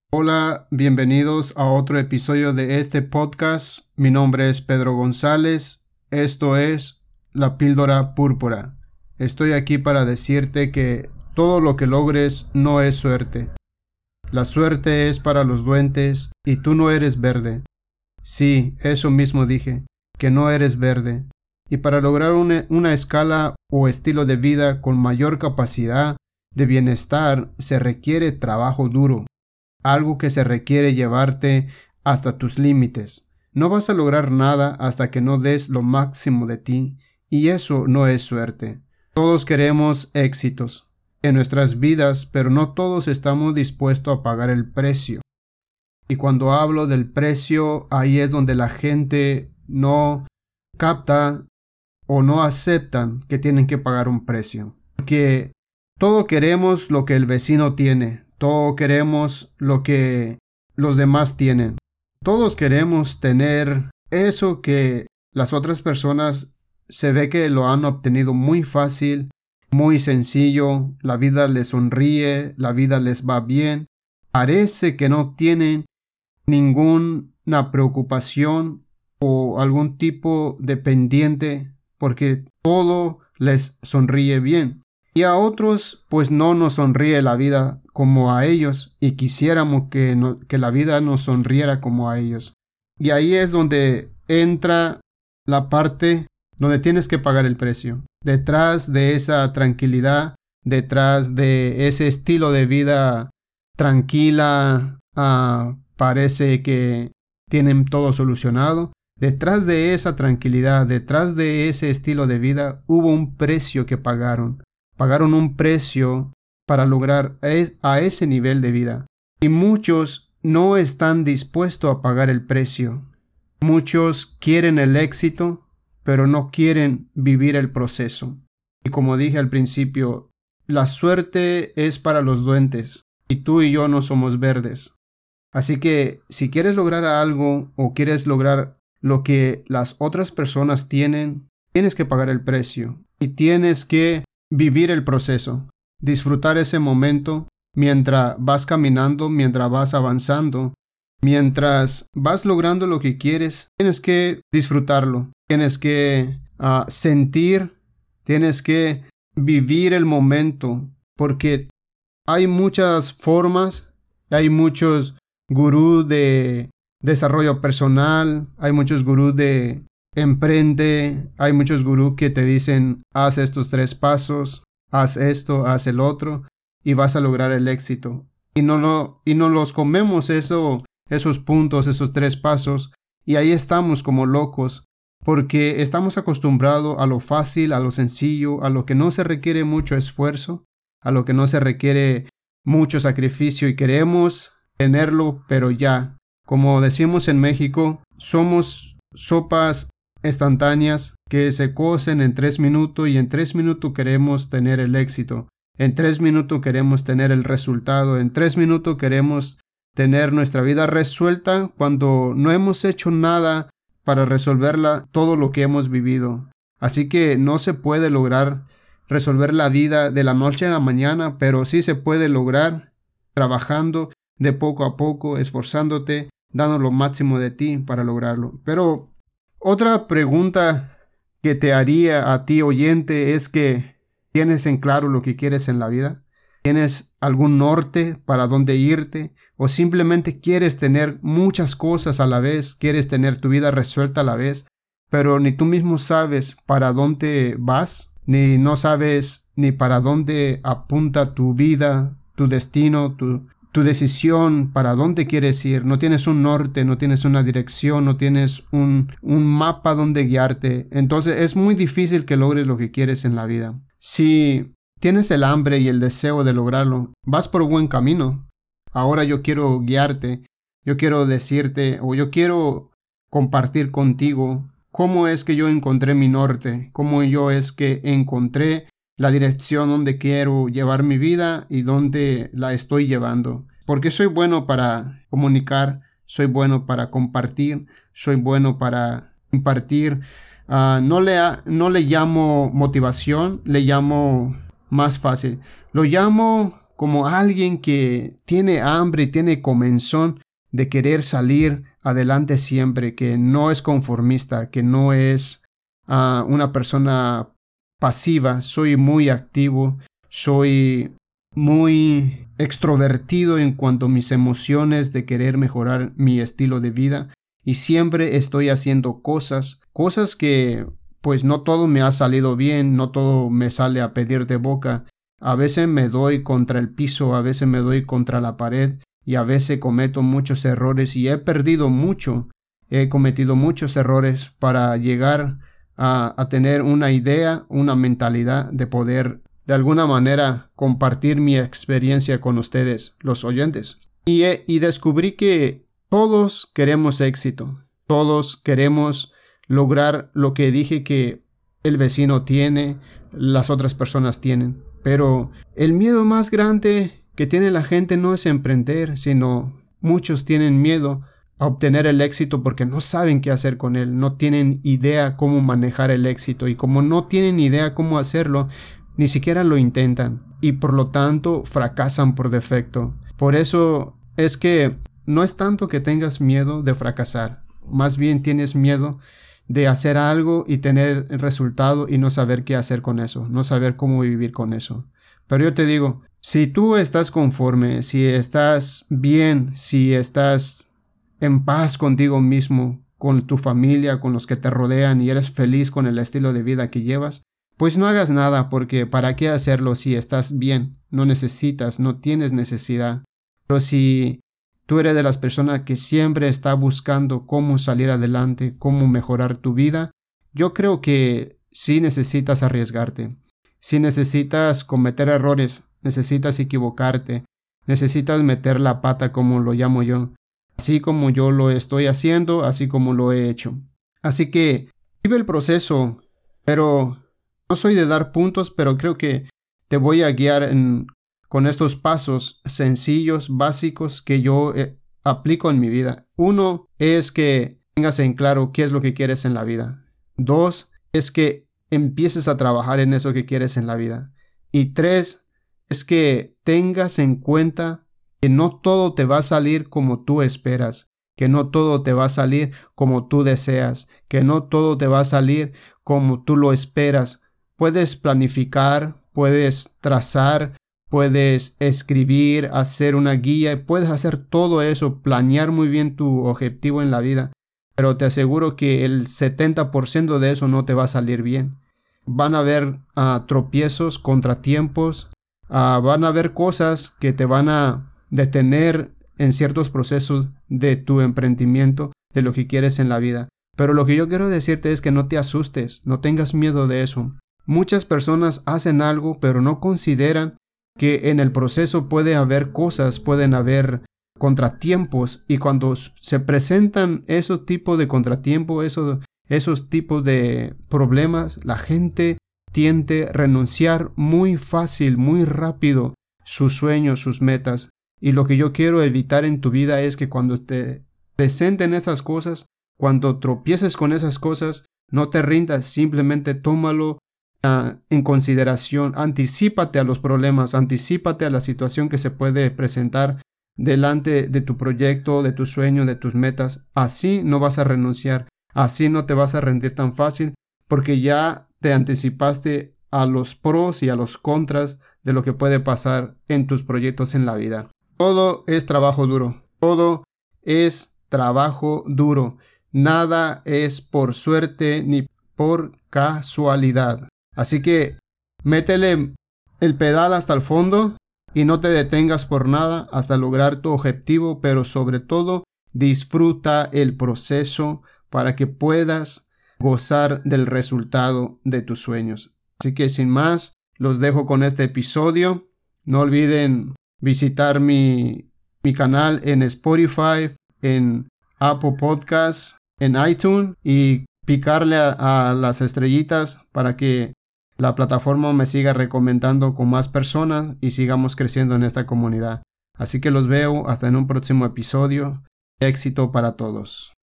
Hola, bienvenidos a otro episodio de este podcast. Mi nombre es Pedro González. Esto es La Píldora Púrpura. Estoy aquí para decirte que todo lo que logres no es suerte. La suerte es para los duendes y tú no eres verde. Sí, eso mismo dije, que no eres verde. Y para lograr una escala o estilo de vida con mayor capacidad de bienestar se requiere trabajo duro. Algo que se requiere llevarte hasta tus límites. No vas a lograr nada hasta que no des lo máximo de ti, y eso no es suerte. Todos queremos éxitos en nuestras vidas, pero no todos estamos dispuestos a pagar el precio. Y cuando hablo del precio, ahí es donde la gente no capta o no aceptan que tienen que pagar un precio. Porque todos queremos lo que el vecino tiene. Todos queremos lo que los demás tienen. Todos queremos tener eso que las otras personas se ve que lo han obtenido muy fácil, muy sencillo. La vida les sonríe, la vida les va bien. Parece que no tienen ninguna preocupación o algún tipo de pendiente porque todo les sonríe bien. Y a otros pues no nos sonríe la vida como a ellos y quisiéramos que la vida nos sonriera como a ellos. Y ahí es donde entra la parte donde tienes que pagar el precio. Detrás de esa tranquilidad, detrás de ese estilo de vida tranquila, parece que tienen todo solucionado. Detrás de esa tranquilidad, detrás de ese estilo de vida, hubo un precio que pagaron. Pagaron un precio para lograr a ese nivel de vida. Y muchos no están dispuestos a pagar el precio. Muchos quieren el éxito, pero no quieren vivir el proceso. Y como dije al principio, la suerte es para los duendes, y tú y yo no somos verdes. Así que si quieres lograr algo o quieres lograr lo que las otras personas tienen, tienes que pagar el precio y tienes que vivir el proceso, disfrutar ese momento mientras vas caminando, mientras vas avanzando, mientras vas logrando lo que quieres. Tienes que disfrutarlo, tienes que sentir, tienes que vivir el momento, porque hay muchas formas, hay muchos gurús de desarrollo personal, hay muchos gurús de emprende, hay muchos gurús que te dicen haz estos 3 pasos, haz esto, haz el otro y vas a lograr el éxito. Y no los comemos esos puntos, esos 3 pasos, y ahí estamos como locos porque estamos acostumbrados a lo fácil, a lo sencillo, a lo que no se requiere mucho esfuerzo, a lo que no se requiere mucho sacrificio y queremos tenerlo, pero ya. Como decimos en México, somos sopas instantáneas que se cocen en 3 minutos y en 3 minutos queremos tener el éxito. En 3 minutos queremos tener el resultado. En 3 minutos queremos tener nuestra vida resuelta cuando no hemos hecho nada para resolverla todo lo que hemos vivido. Así que no se puede lograr resolver la vida de la noche a la mañana, pero sí se puede lograr trabajando de poco a poco, esforzándote, dando lo máximo de ti para lograrlo. Pero otra pregunta que te haría a ti, oyente, es que ¿tienes en claro lo que quieres en la vida? ¿Tienes algún norte para dónde irte? ¿O simplemente quieres tener muchas cosas a la vez? ¿Quieres tener tu vida resuelta a la vez? Pero ni tú mismo sabes para dónde vas, ni no sabes ni para dónde apunta tu vida, tu destino, tu decisión, para dónde quieres ir. No tienes un norte, no tienes una dirección, no tienes un mapa donde guiarte. Entonces es muy difícil que logres lo que quieres en la vida. Si tienes el hambre y el deseo de lograrlo, vas por buen camino. Ahora yo quiero guiarte, yo quiero decirte o yo quiero compartir contigo cómo es que yo encontré mi norte, cómo yo es que encontré la dirección donde quiero llevar mi vida y donde la estoy llevando. Porque soy bueno para comunicar, soy bueno para compartir, soy bueno para impartir. No le llamo motivación, le llamo más fácil. Lo llamo como alguien que tiene hambre y tiene comezón de querer salir adelante siempre, que no es conformista, que no es una persona pasiva. Soy muy activo, soy muy extrovertido en cuanto a mis emociones de querer mejorar mi estilo de vida, y siempre estoy haciendo cosas que pues no todo me ha salido bien, no todo me sale a pedir de boca. A veces me doy contra el piso, a veces me doy contra la pared y a veces cometo muchos errores y he cometido muchos errores para llegar a tener una idea, una mentalidad de poder de alguna manera compartir mi experiencia con ustedes, los oyentes. Y descubrí que todos queremos éxito, todos queremos lograr lo que dije que el vecino tiene, las otras personas tienen. Pero el miedo más grande que tiene la gente no es emprender, sino muchos tienen miedo a obtener el éxito porque no saben qué hacer con él, no tienen idea cómo manejar el éxito, y como no tienen idea cómo hacerlo, ni siquiera lo intentan y por lo tanto fracasan por defecto. Por eso es que no es tanto que tengas miedo de fracasar, más bien tienes miedo de hacer algo y tener el resultado y no saber qué hacer con eso, no saber cómo vivir con eso. Pero yo te digo, si tú estás conforme, si estás bien, si estás en paz contigo mismo, con tu familia, con los que te rodean y eres feliz con el estilo de vida que llevas, pues no hagas nada, porque ¿para qué hacerlo si estás bien? No necesitas, no tienes necesidad. Pero si tú eres de las personas que siempre está buscando cómo salir adelante, cómo mejorar tu vida, yo creo que sí necesitas arriesgarte. Sí necesitas cometer errores, necesitas equivocarte, necesitas meter la pata como lo llamo yo. Así como yo lo estoy haciendo, así como lo he hecho. Así que vive el proceso, pero no soy de dar puntos, pero creo que te voy a guiar con estos pasos sencillos, básicos que yo aplico en mi vida. 1 es que tengas en claro qué es lo que quieres en la vida. 2 es que empieces a trabajar en eso que quieres en la vida. Y 3 es que tengas en cuenta que no todo te va a salir como tú esperas, que no todo te va a salir como tú deseas, que no todo te va a salir como tú lo esperas. Puedes planificar, puedes trazar, puedes escribir, hacer una guía, puedes hacer todo eso, planear muy bien tu objetivo en la vida, pero te aseguro que el 70% de eso no te va a salir bien. Van a haber tropiezos, contratiempos, van a haber cosas que te van a detener en ciertos procesos de tu emprendimiento, de lo que quieres en la vida. Pero lo que yo quiero decirte es que no te asustes, no tengas miedo de eso. Muchas personas hacen algo, pero no consideran que en el proceso pueden haber contratiempos, y cuando se presentan esos tipos de contratiempos, esos tipos de problemas, la gente tiende a renunciar muy fácil, muy rápido sus sueños, sus metas. Y lo que yo quiero evitar en tu vida es que cuando te presenten esas cosas, cuando tropieces con esas cosas, no te rindas, simplemente tómalo en consideración, anticípate a los problemas, anticípate a la situación que se puede presentar delante de tu proyecto, de tu sueño, de tus metas. Así no vas a renunciar, así no te vas a rendir tan fácil, porque ya te anticipaste a los pros y a los contras de lo que puede pasar en tus proyectos en la vida. Todo es trabajo duro, todo es trabajo duro, nada es por suerte ni por casualidad. Así que métele el pedal hasta el fondo y no te detengas por nada hasta lograr tu objetivo, pero sobre todo disfruta el proceso para que puedas gozar del resultado de tus sueños. Así que sin más, los dejo con este episodio. No olviden visitar mi canal en Spotify, en Apple Podcasts, en iTunes, y picarle a las estrellitas para que la plataforma me siga recomendando con más personas y sigamos creciendo en esta comunidad. Así que los veo hasta en un próximo episodio. Éxito para todos.